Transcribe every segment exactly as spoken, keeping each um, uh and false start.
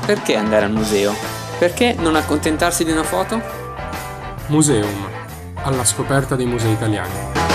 Perché andare al museo? Perché non accontentarsi di una foto? Museum, alla scoperta dei musei italiani.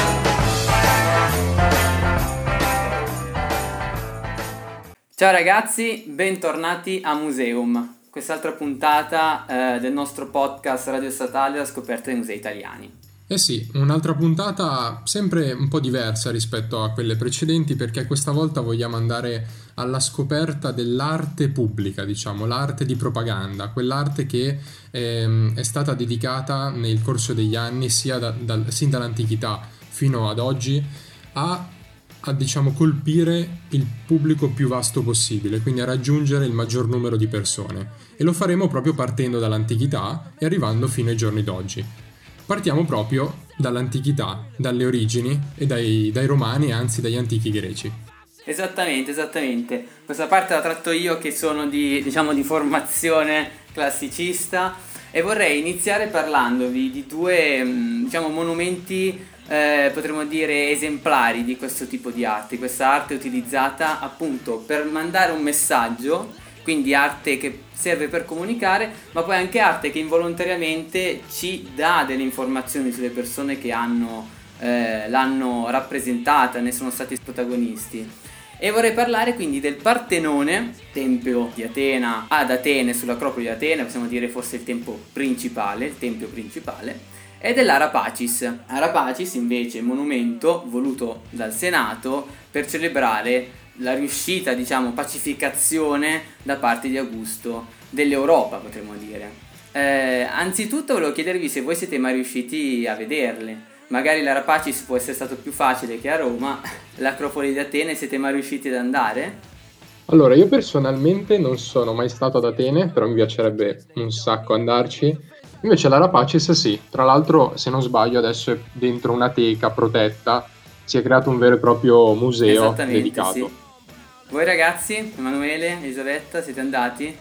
Ciao ragazzi, bentornati a Museum, quest'altra puntata eh, del nostro podcast Radio Statale alla scoperta dei musei italiani. Eh sì, un'altra puntata sempre un po' diversa rispetto a quelle precedenti, perché questa volta vogliamo andare alla scoperta dell'arte pubblica, diciamo, l'arte di propaganda, quell'arte che ehm, è stata dedicata nel corso degli anni, sia da, dal, sin dall'antichità fino ad oggi, a, a diciamo colpire il pubblico più vasto possibile, quindi a raggiungere il maggior numero di persone. E lo faremo proprio partendo dall'antichità e arrivando fino ai giorni d'oggi. Partiamo proprio dall'antichità, dalle origini e dai, dai romani, anzi dagli antichi greci. Esattamente, esattamente. Questa parte la tratto io che sono di, diciamo, di formazione classicista e vorrei iniziare parlandovi di due, diciamo, monumenti, eh, potremmo dire esemplari di questo tipo di arte. Questa arte è utilizzata appunto per mandare un messaggio, quindi arte che serve per comunicare, ma poi anche arte che involontariamente ci dà delle informazioni sulle persone che hanno, eh, l'hanno rappresentata, ne sono stati protagonisti. E vorrei parlare quindi del Partenone, tempio di Atena, ad Atene, sull'Acropoli di Atene, possiamo dire forse il tempio principale, il tempio principale, e dell'Arapacis. Arapacis invece è un monumento voluto dal Senato per celebrare la riuscita, diciamo, pacificazione da parte di Augusto dell'Europa, potremmo dire. Eh, anzitutto volevo chiedervi se voi siete mai riusciti a vederle. Magari l'Arapacis può essere stato più facile che a Roma, l'Acropoli di Atene siete mai riusciti ad andare? Allora, io personalmente non sono mai stato ad Atene, però mi piacerebbe un sacco andarci. Invece l'Arapacis sì, tra l'altro se non sbaglio adesso è dentro una teca protetta, si è creato un vero e proprio museo Esattamente, dedicato. sì. Voi ragazzi, Emanuele, Elisabetta, siete andati?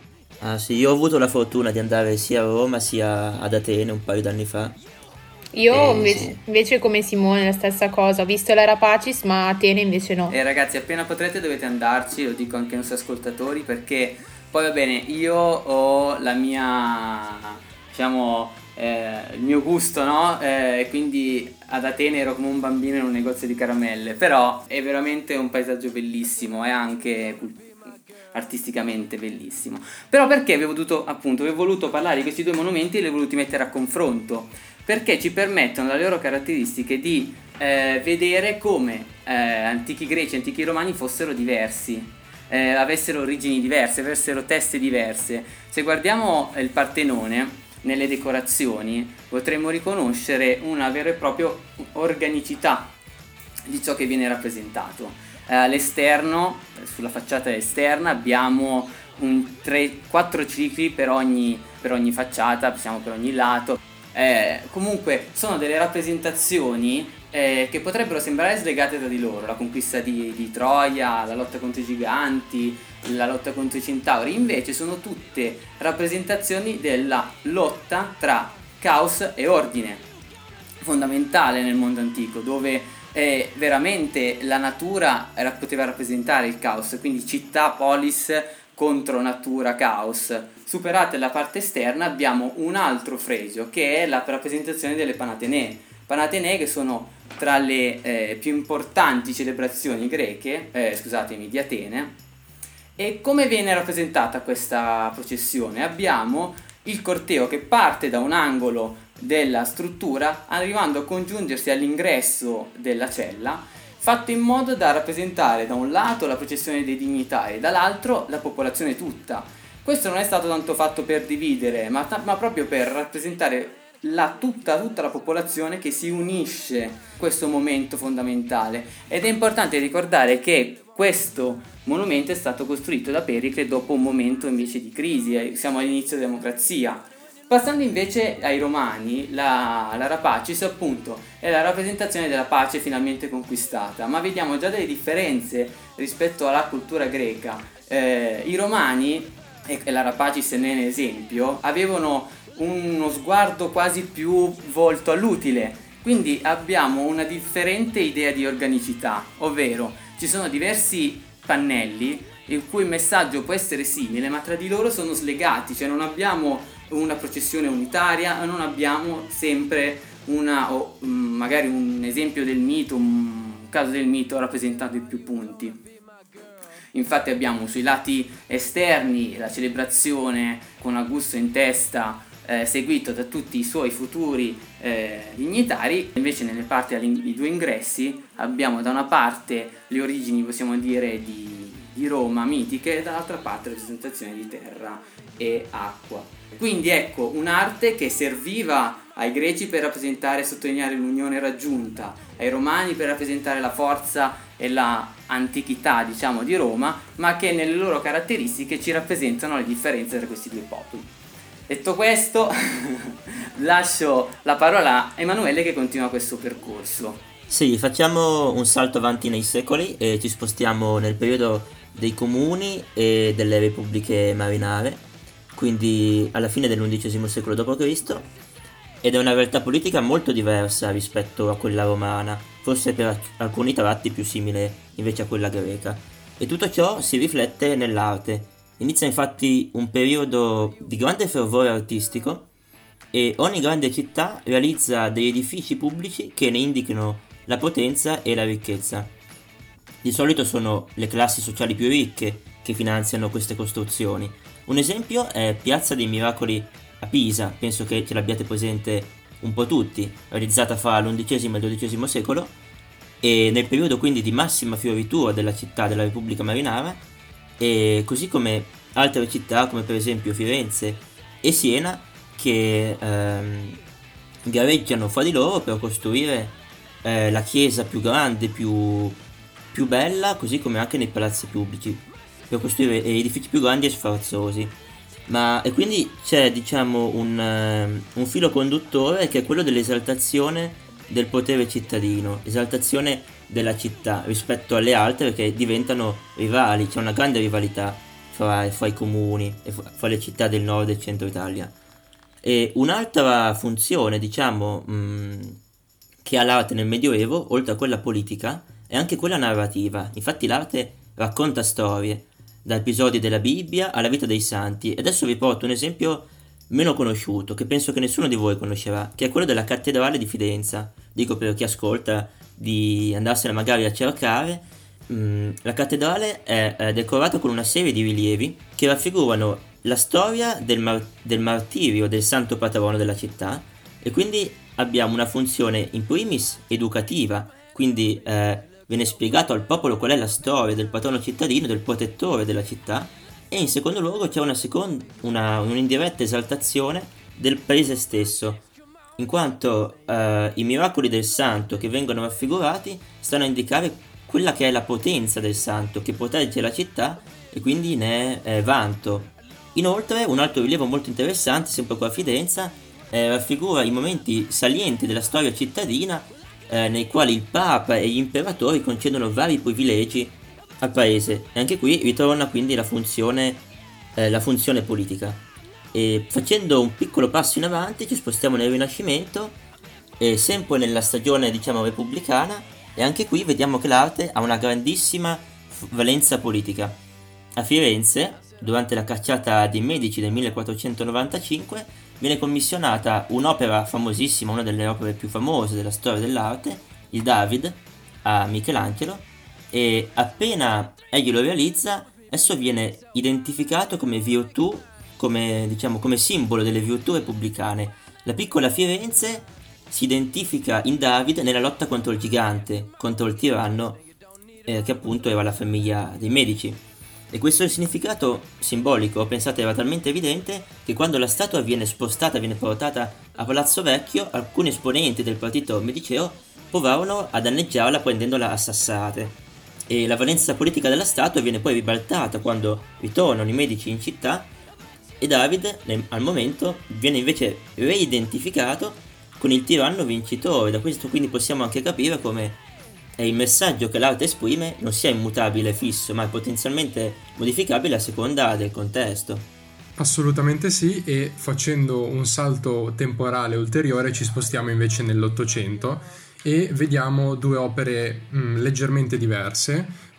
Ah sì, io ho avuto la fortuna di andare sia a Roma sia ad Atene un paio d'anni fa. Io Eh, invece, sì. invece come Simone la stessa cosa, ho visto l'Arapacis ma Atene invece no. E ragazzi, appena potrete dovete andarci, lo dico anche ai nostri ascoltatori, perché poi va bene, io ho la mia, diciamo, eh, il mio gusto, no? Eh, E quindi ad Atene ero come un bambino in un negozio di caramelle, però è veramente un paesaggio bellissimo e anche cult- artisticamente bellissimo. Però perché avevo voluto, appunto, avevo voluto parlare di questi due monumenti e li ho voluti mettere a confronto, perché ci permettono dalle loro caratteristiche di eh, vedere come eh, antichi greci e antichi romani fossero diversi, eh, avessero origini diverse, avessero teste diverse. Se guardiamo il Partenone, nelle decorazioni potremmo riconoscere una vera e propria organicità di ciò che viene rappresentato. Eh, all'esterno, sulla facciata esterna, abbiamo un tre, quattro cicli per ogni, per ogni facciata, diciamo per ogni lato. Eh, comunque sono delle rappresentazioni eh, che potrebbero sembrare slegate tra di loro, la conquista di, di Troia, la lotta contro i giganti, la lotta contro i centauri, invece sono tutte rappresentazioni della lotta tra caos e ordine, fondamentale nel mondo antico, dove eh, veramente la natura era, poteva rappresentare il caos, quindi città, polis contro natura, caos. Superate la parte esterna abbiamo un altro fregio che è la rappresentazione delle Panatenee. Panatenee che sono tra le eh, più importanti celebrazioni greche, eh, scusatemi, di Atene. E come viene rappresentata questa processione? Abbiamo il corteo che parte da un angolo della struttura arrivando a congiungersi all'ingresso della cella, fatto in modo da rappresentare da un lato la processione dei dignitari e dall'altro la popolazione tutta. Questo non è stato tanto fatto per dividere, ma, ma proprio per rappresentare la, tutta, tutta la popolazione che si unisce in questo momento fondamentale. Ed è importante ricordare che questo monumento è stato costruito da Pericle dopo un momento invece di crisi, siamo all'inizio della democrazia. Passando invece ai romani, la, la Rapacis appunto è la rappresentazione della pace finalmente conquistata, ma vediamo già delle differenze rispetto alla cultura greca. Eh, I romani, e la Rapacis ne è un esempio, avevano uno sguardo quasi più volto all'utile, quindi abbiamo una differente idea di organicità, ovvero ci sono diversi pannelli il cui messaggio può essere simile, ma tra di loro sono slegati, cioè non abbiamo una processione unitaria, non abbiamo sempre una, o mm, magari un esempio del mito, un caso del mito rappresentato in più punti. Infatti abbiamo sui lati esterni la celebrazione con Augusto in testa, eh, seguito da tutti i suoi futuri eh, dignitari. Invece nelle parti ai due ingressi abbiamo da una parte le origini, possiamo dire, di, di Roma mitiche, e dall'altra parte la rappresentazione di terra e acqua. Quindi ecco, un'arte che serviva ai greci per rappresentare e sottolineare l'unione raggiunta, ai romani per rappresentare la forza e la antichità, diciamo, di Roma, ma che nelle loro caratteristiche ci rappresentano le differenze tra questi due popoli. Detto questo, lascio la parola a Emanuele che continua questo percorso. Sì, facciamo un salto avanti nei secoli e ci spostiamo nel periodo dei comuni e delle repubbliche marinare, quindi alla fine dell'undicesimo secolo dopo Cristo, ed è una realtà politica molto diversa rispetto a quella romana, forse per alcuni tratti più simile invece a quella greca. E tutto ciò si riflette nell'arte. Inizia infatti un periodo di grande fervore artistico e ogni grande città realizza degli edifici pubblici che ne indichino la potenza e la ricchezza. Di solito sono le classi sociali più ricche che finanziano queste costruzioni. Un esempio è Piazza dei Miracoli a Pisa, penso che ce l'abbiate presente un po' tutti, realizzata fra l'undicesimo e il dodicesimo secolo, e nel periodo quindi di massima fioritura della città della Repubblica Marinara, e così come altre città come per esempio Firenze e Siena che ehm, gareggiano fra di loro per costruire eh, la chiesa più grande, più, più bella, così come anche nei palazzi pubblici, per costruire edifici più grandi e sfarzosi. Ma e quindi c'è, diciamo, un, uh, un filo conduttore che è quello dell'esaltazione del potere cittadino, esaltazione della città rispetto alle altre, perché diventano rivali, c'è una grande rivalità fra, fra i comuni e fra, fra le città del nord e centro Italia. E un'altra funzione, diciamo, mh, che ha l'arte nel Medioevo, oltre a quella politica, è anche quella narrativa. Infatti l'arte racconta storie, da episodi della Bibbia alla vita dei santi. E adesso vi porto un esempio meno conosciuto, che penso che nessuno di voi conoscerà, che è quello della cattedrale di Fidenza. Dico per chi ascolta di andarsela magari a cercare. Mm, la cattedrale è, è decorata con una serie di rilievi che raffigurano la storia del, mar- del martirio del santo patrono della città, e quindi abbiamo una funzione in primis educativa, quindi eh, viene spiegato al popolo qual è la storia del patrono cittadino, del protettore della città, e in secondo luogo c'è una, seconda, una un'indiretta esaltazione del paese stesso, in quanto eh, i miracoli del santo che vengono raffigurati stanno a indicare quella che è la potenza del santo, che protegge la città e quindi ne è eh, vanto. Inoltre un altro rilievo molto interessante, sempre qua a Fidenza, eh, raffigura i momenti salienti della storia cittadina, Eh, nei quali il Papa e gli imperatori concedono vari privilegi al paese, e anche qui ritorna quindi la funzione, eh, la funzione politica. E facendo un piccolo passo in avanti ci spostiamo nel Rinascimento, e sempre nella stagione, diciamo, repubblicana, e anche qui vediamo che l'arte ha una grandissima valenza politica. A Firenze, durante la cacciata dei Medici del millequattrocentonovantacinque, viene commissionata un'opera famosissima, una delle opere più famose della storia dell'arte, il David, a Michelangelo, e appena egli lo realizza, esso viene identificato come virtù, come, diciamo, come simbolo delle virtù repubblicane. La piccola Firenze si identifica in David nella lotta contro il gigante, contro il tiranno, eh, che appunto era la famiglia dei Medici. E questo significato simbolico, pensate, era talmente evidente che quando la statua viene spostata, viene portata a Palazzo Vecchio, alcuni esponenti del partito mediceo provarono a danneggiarla prendendola a sassate. E la valenza politica della statua viene poi ribaltata quando ritornano i Medici in città, e David, al momento, viene invece reidentificato con il tiranno vincitore. Da questo quindi possiamo anche capire come e il messaggio che l'arte esprime non sia immutabile e fisso, ma è potenzialmente modificabile a seconda del contesto. Assolutamente sì, e facendo un salto temporale ulteriore ci spostiamo invece nell'Ottocento e vediamo due opere mh, leggermente diverse,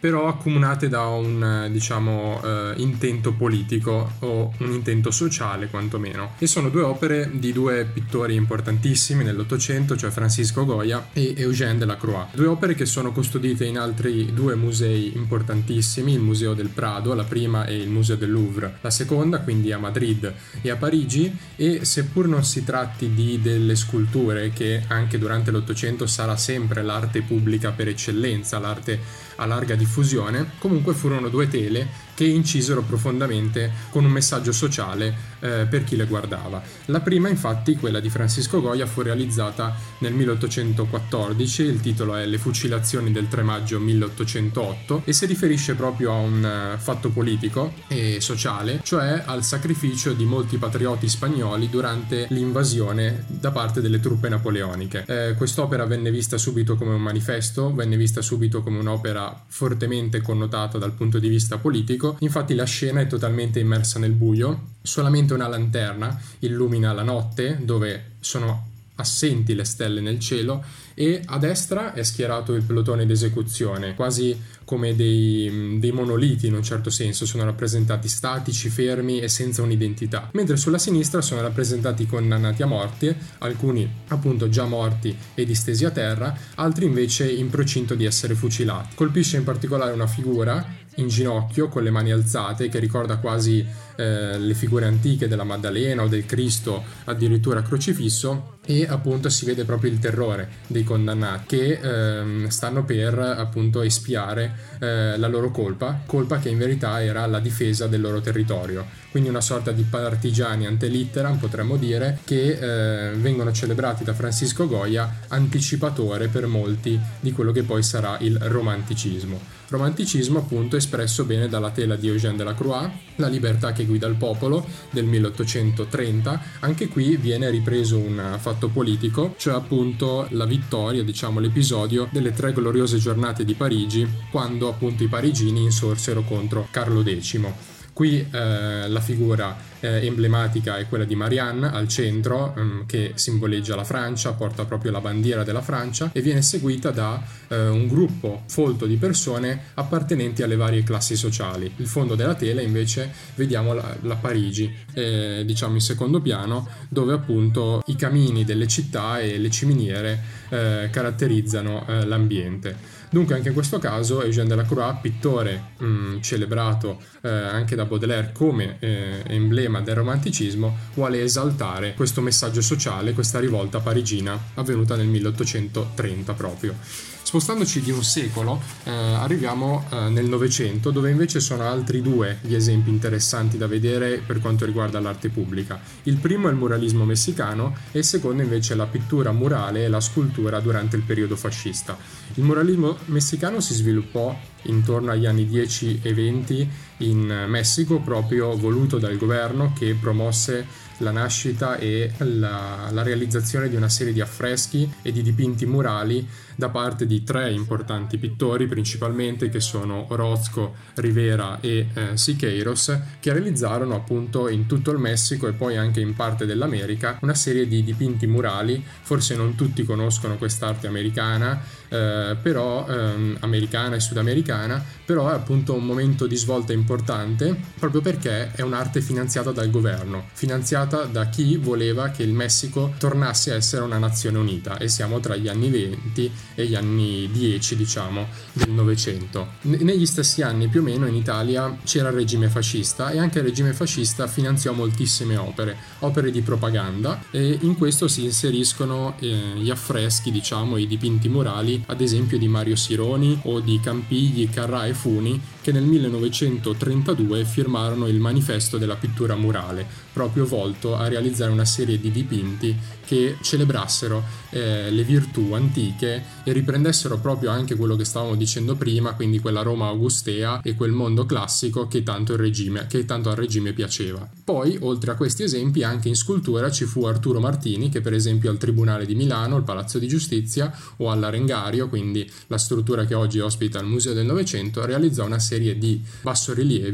però accomunate da un diciamo eh, intento politico o un intento sociale quantomeno, e sono due opere di due pittori importantissimi nell'Ottocento, cioè Francisco Goya e Eugène Delacroix, due opere che sono custodite in altri due musei importantissimi, il Museo del Prado, la prima, e il Museo del Louvre, la seconda, quindi a Madrid e a Parigi. E seppur non si tratti di delle sculture, che anche durante l'Ottocento sarà sempre l'arte pubblica per eccellenza, l'arte a larga diffusione, comunque furono due tele che incisero profondamente con un messaggio sociale eh, per chi le guardava. La prima, infatti, quella di Francisco Goya, fu realizzata nel milleottocentoquattordici, il titolo è Le fucilazioni del tre maggio milleottocentootto, e si riferisce proprio a un uh, fatto politico e sociale, cioè al sacrificio di molti patrioti spagnoli durante l'invasione da parte delle truppe napoleoniche. Eh, quest'opera venne vista subito come un manifesto, venne vista subito come un'opera fortemente connotata dal punto di vista politico. Infatti la scena è totalmente immersa nel buio, solamente una lanterna illumina la notte, dove sono assenti le stelle nel cielo, e a destra è schierato il pelotone d'esecuzione, quasi come dei, dei monoliti in un certo senso, sono rappresentati statici, fermi e senza un'identità, mentre sulla sinistra sono rappresentati condannati a morte, alcuni appunto già morti e distesi a terra, altri invece in procinto di essere fucilati. Colpisce in particolare una figura in ginocchio con le mani alzate, che ricorda quasi eh, le figure antiche della Maddalena o del Cristo addirittura crocifisso, e appunto si vede proprio il terrore dei condannati che ehm, stanno per appunto espiare eh, la loro colpa, colpa che in verità era la difesa del loro territorio. Quindi una sorta di partigiani ante litteram, potremmo dire, che eh, vengono celebrati da Francisco Goya, anticipatore per molti di quello che poi sarà il romanticismo. Romanticismo appunto espresso bene dalla tela di Eugène Delacroix, La libertà che guida il popolo, del milleottocentotrenta. Anche qui viene ripreso un fatto politico, cioè appunto la vittoria, diciamo l'episodio delle tre gloriose giornate di Parigi, quando appunto i parigini insorsero contro Carlo decimo. Qui eh, la figura eh, emblematica è quella di Marianne al centro, ehm, che simboleggia la Francia, porta proprio la bandiera della Francia, e viene seguita da eh, un gruppo folto di persone appartenenti alle varie classi sociali. Il fondo della tela invece vediamo la, la Parigi, eh, diciamo in secondo piano, dove appunto i camini delle città e le ciminiere eh, caratterizzano eh, l'ambiente. Dunque anche in questo caso Eugène Delacroix, pittore mh, celebrato eh, anche da Baudelaire come eh, emblema del romanticismo, vuole esaltare questo messaggio sociale, questa rivolta parigina avvenuta nel milleottocentotrenta proprio. Spostandoci di un secolo eh, arriviamo eh, nel Novecento, dove invece sono altri due gli esempi interessanti da vedere per quanto riguarda l'arte pubblica. Il primo è il muralismo messicano e il secondo invece è la pittura murale e la scultura durante il periodo fascista. Il muralismo messicano si sviluppò intorno agli anni dieci e venti in Messico, proprio voluto dal governo, che promosse la nascita e la, la realizzazione di una serie di affreschi e di dipinti murali da parte di tre importanti pittori principalmente, che sono Orozco, Rivera e eh, Siqueiros, che realizzarono appunto in tutto il Messico e poi anche in parte dell'America una serie di dipinti murali. Forse non tutti conoscono quest'arte americana, eh, però ehm, americana e sudamericana, però è appunto un momento di svolta importante proprio perché è un'arte finanziata dal governo, finanziata da chi voleva che il Messico tornasse a essere una nazione unita, e siamo tra gli anni venti e gli anni dieci, diciamo, del Novecento. Negli stessi anni più o meno in Italia c'era il regime fascista, e anche il regime fascista finanziò moltissime opere, opere di propaganda, e in questo si inseriscono eh, gli affreschi, diciamo, i dipinti murali, ad esempio di Mario Sironi o di Campigli, Carrà e Funi, che nel millenovecentotrentadue firmarono il Manifesto della pittura murale, proprio volto a realizzare una serie di dipinti che celebrassero eh, le virtù antiche e riprendessero proprio anche quello che stavamo dicendo prima, quindi quella Roma augustea e quel mondo classico che tanto, il regime, che tanto al regime piaceva. Poi, oltre a questi esempi, anche in scultura ci fu Arturo Martini, che per esempio al Tribunale di Milano, il Palazzo di Giustizia, o all'Arengario, quindi la struttura che oggi ospita il Museo del Novecento, realizzò una serie di bassorilievi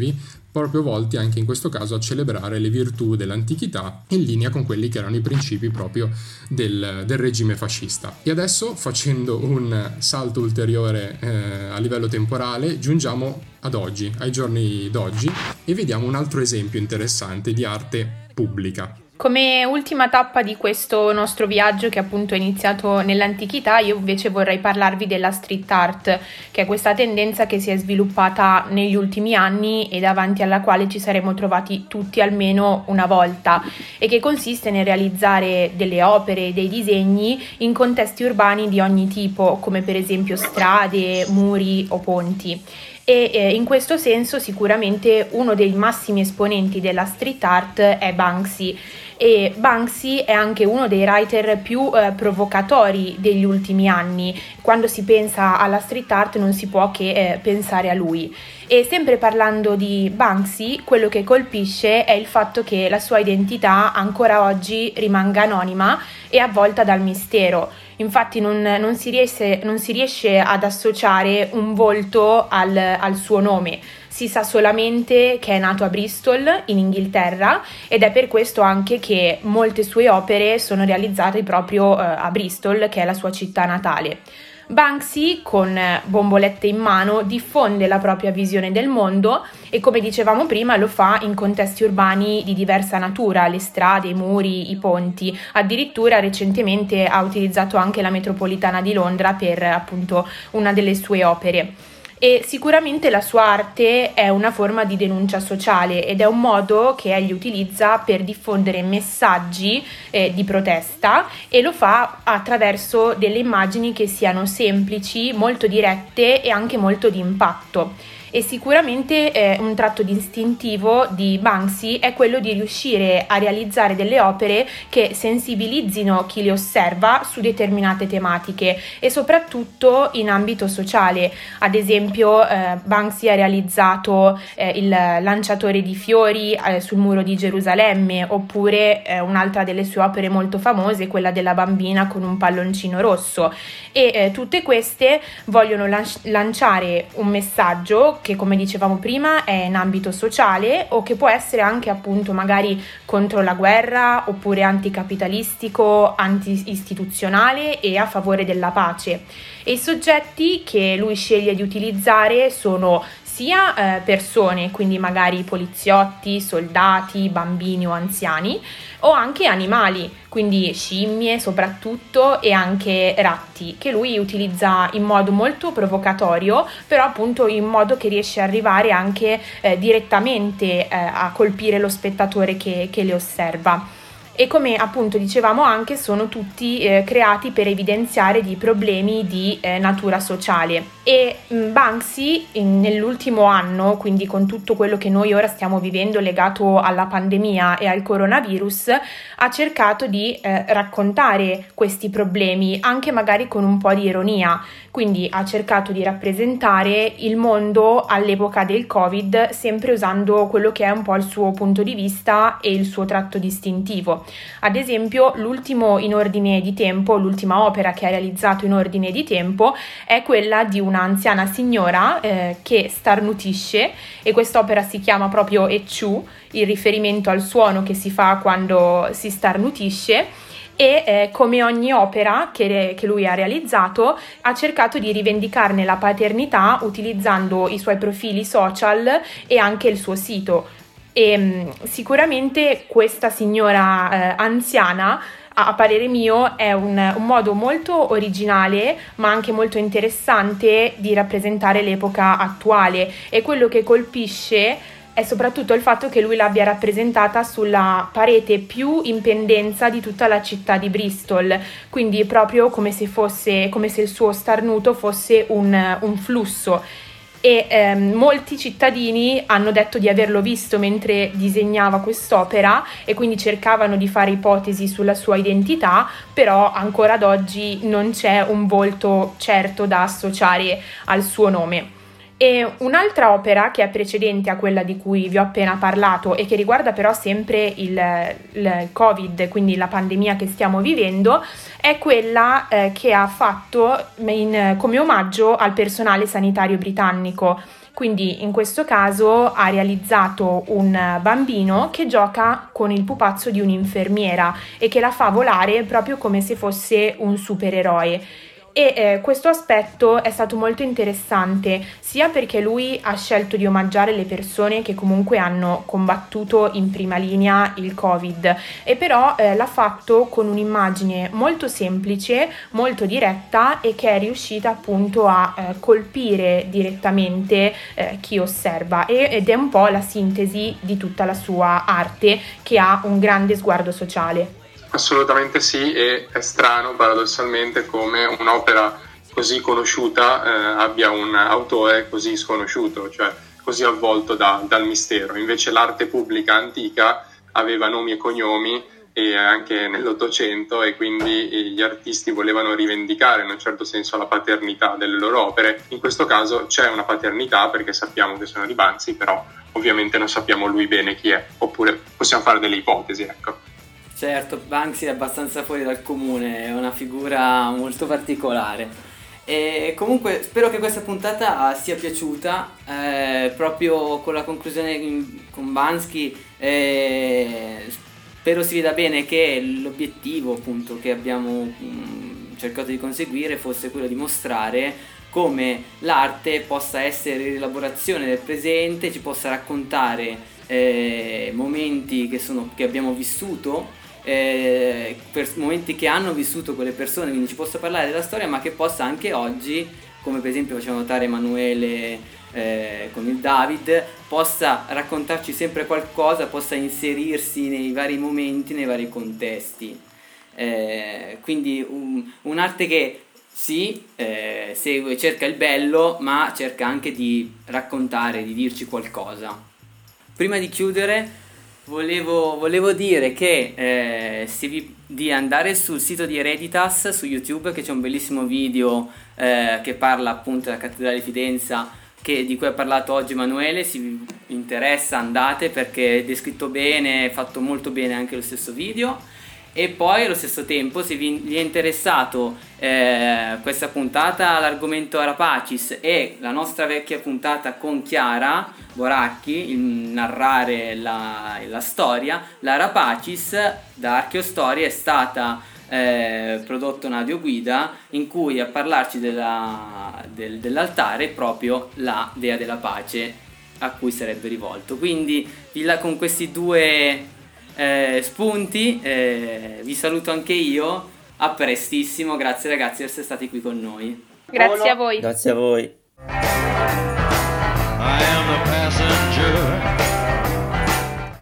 proprio volti anche in questo caso a celebrare le virtù dell'antichità in linea con quelli che erano i principi proprio del, del regime fascista. E adesso, facendo un salto ulteriore eh, a livello temporale, giungiamo ad oggi, ai giorni d'oggi, e vediamo un altro esempio interessante di arte pubblica. Come ultima tappa di questo nostro viaggio, che appunto è iniziato nell'antichità, io invece vorrei parlarvi della street art, che è questa tendenza che si è sviluppata negli ultimi anni e davanti alla quale ci saremmo trovati tutti almeno una volta, e che consiste nel realizzare delle opere, dei disegni in contesti urbani di ogni tipo, come per esempio strade, muri o ponti. E eh, in questo senso sicuramente uno dei massimi esponenti della street art è Banksy. E Banksy è anche uno dei writer più eh, provocatori degli ultimi anni. Quando si pensa alla street art non si può che eh, pensare a lui. E sempre parlando di Banksy, quello che colpisce è il fatto che la sua identità ancora oggi rimanga anonima e avvolta dal mistero. Infatti non, non, si, riesce, non si riesce ad associare un volto al, al suo nome. Si sa solamente che è nato a Bristol, in Inghilterra, ed è per questo anche che molte sue opere sono realizzate proprio eh, a Bristol, che è la sua città natale. Banksy, con bombolette in mano, diffonde la propria visione del mondo e, come dicevamo prima, lo fa in contesti urbani di diversa natura, le strade, i muri, i ponti. Addirittura recentemente ha utilizzato anche la metropolitana di Londra per appunto una delle sue opere. E sicuramente la sua arte è una forma di denuncia sociale ed è un modo che egli utilizza per diffondere messaggi eh, di protesta, e lo fa attraverso delle immagini che siano semplici, molto dirette e anche molto di impatto. E sicuramente eh, un tratto distintivo di Banksy è quello di riuscire a realizzare delle opere che sensibilizzino chi le osserva su determinate tematiche e soprattutto in ambito sociale. Ad esempio eh, Banksy ha realizzato eh, il lanciatore di fiori eh, sul muro di Gerusalemme, oppure eh, un'altra delle sue opere molto famose, quella della bambina con un palloncino rosso, e eh, tutte queste vogliono lan- lanciare un messaggio che, come dicevamo prima, è in ambito sociale o che può essere anche appunto magari contro la guerra, oppure anticapitalistico, anti-istituzionale e a favore della pace. E i soggetti che lui sceglie di utilizzare sono sia eh, persone, quindi magari poliziotti, soldati, bambini o anziani, o anche animali, quindi scimmie soprattutto, e anche ratti, che lui utilizza in modo molto provocatorio, però appunto in modo che riesce ad arrivare anche eh, direttamente eh, a colpire lo spettatore che, che le osserva. E come appunto dicevamo anche sono tutti eh, creati per evidenziare dei problemi di eh, natura sociale. E mh, Banksy in, nell'ultimo anno, quindi con tutto quello che noi ora stiamo vivendo legato alla pandemia e al coronavirus, ha cercato di eh, raccontare questi problemi anche magari con un po' di ironia. Quindi ha cercato di rappresentare il mondo all'epoca del Covid, sempre usando quello che è un po' il suo punto di vista e il suo tratto distintivo. Ad esempio, l'ultimo in ordine di tempo, l'ultima opera che ha realizzato in ordine di tempo è quella di una anziana signora eh, che starnutisce, e quest'opera si chiama proprio Ecciù, il riferimento al suono che si fa quando si starnutisce. E eh, come ogni opera che, che lui ha realizzato, ha cercato di rivendicarne la paternità utilizzando i suoi profili social e anche il suo sito. E mh, sicuramente questa signora eh, anziana, a, a parere mio, è un, un modo molto originale ma anche molto interessante di rappresentare l'epoca attuale, e quello che colpisce è soprattutto il fatto che lui l'abbia rappresentata sulla parete più in pendenza di tutta la città di Bristol, quindi proprio come se fosse, come se il suo starnuto fosse un, un flusso. E ehm, molti cittadini hanno detto di averlo visto mentre disegnava quest'opera, e quindi cercavano di fare ipotesi sulla sua identità, però ancora ad oggi non c'è un volto certo da associare al suo nome. E un'altra opera che è precedente a quella di cui vi ho appena parlato e che riguarda però sempre il, il Covid, quindi la pandemia che stiamo vivendo, è quella eh, che ha fatto in, come omaggio al personale sanitario britannico. Quindi in questo caso ha realizzato un bambino che gioca con il pupazzo di un'infermiera e che la fa volare proprio come se fosse un supereroe. E eh, questo aspetto è stato molto interessante sia perché lui ha scelto di omaggiare le persone che comunque hanno combattuto in prima linea il Covid, e però eh, l'ha fatto con un'immagine molto semplice, molto diretta, e che è riuscita appunto a eh, colpire direttamente eh, chi osserva, e, ed è un po' la sintesi di tutta la sua arte, che ha un grande sguardo sociale. Assolutamente sì, e è strano paradossalmente come un'opera così conosciuta eh, abbia un autore così sconosciuuto, cioè così avvolto da, dal mistero. Invece l'arte pubblica antica aveva nomi e cognomi, e anche nell'Ottocento, e quindi gli artisti volevano rivendicare in un certo senso la paternità delle loro opere. In questo caso c'è una paternità perché sappiamo che sono di Banksy, però ovviamente non sappiamo lui bene chi è, oppure possiamo fare delle ipotesi, ecco. Certo, Banksy è abbastanza fuori dal comune, è una figura molto particolare. E comunque spero che questa puntata sia piaciuta, eh, proprio con la conclusione in- con Banksy. eh, spero si veda bene che l'obiettivo appunto che abbiamo mh, cercato di conseguire fosse quello di mostrare come l'arte possa essere rielaborazione del presente, ci possa raccontare eh, momenti che, sono, che abbiamo vissuto, eh, per momenti che hanno vissuto quelle persone, quindi ci possa parlare della storia, ma che possa anche oggi, come per esempio faceva notare Emanuele eh, con il David, possa raccontarci sempre qualcosa, possa inserirsi nei vari momenti, nei vari contesti. Eh, quindi un, un'arte che sì, eh, segue, cerca il bello, ma cerca anche di raccontare, di dirci qualcosa. Prima di chiudere Volevo, volevo dire che eh, se vi, di andare sul sito di Hereditas su YouTube, che c'è un bellissimo video eh, che parla appunto della Cattedrale di Fidenza, che, di cui ha parlato oggi Emanuele. Se vi interessa andate, perché è descritto bene, è fatto molto bene anche lo stesso video. E poi allo stesso tempo, se vi, vi è interessato eh, questa puntata, l'argomento Arapacis e la nostra vecchia puntata con Chiara Boracchi, il narrare la, la storia, l'Arapacis da Archeostoria è stata eh, prodotta un'audioguida in cui a parlarci della, del, dell'altare è proprio la dea della pace a cui sarebbe rivolto. Quindi con questi due Eh, spunti eh, vi saluto anche io, a prestissimo, grazie ragazzi di essere stati qui con noi. Grazie a voi. Grazie a voi. I am the passenger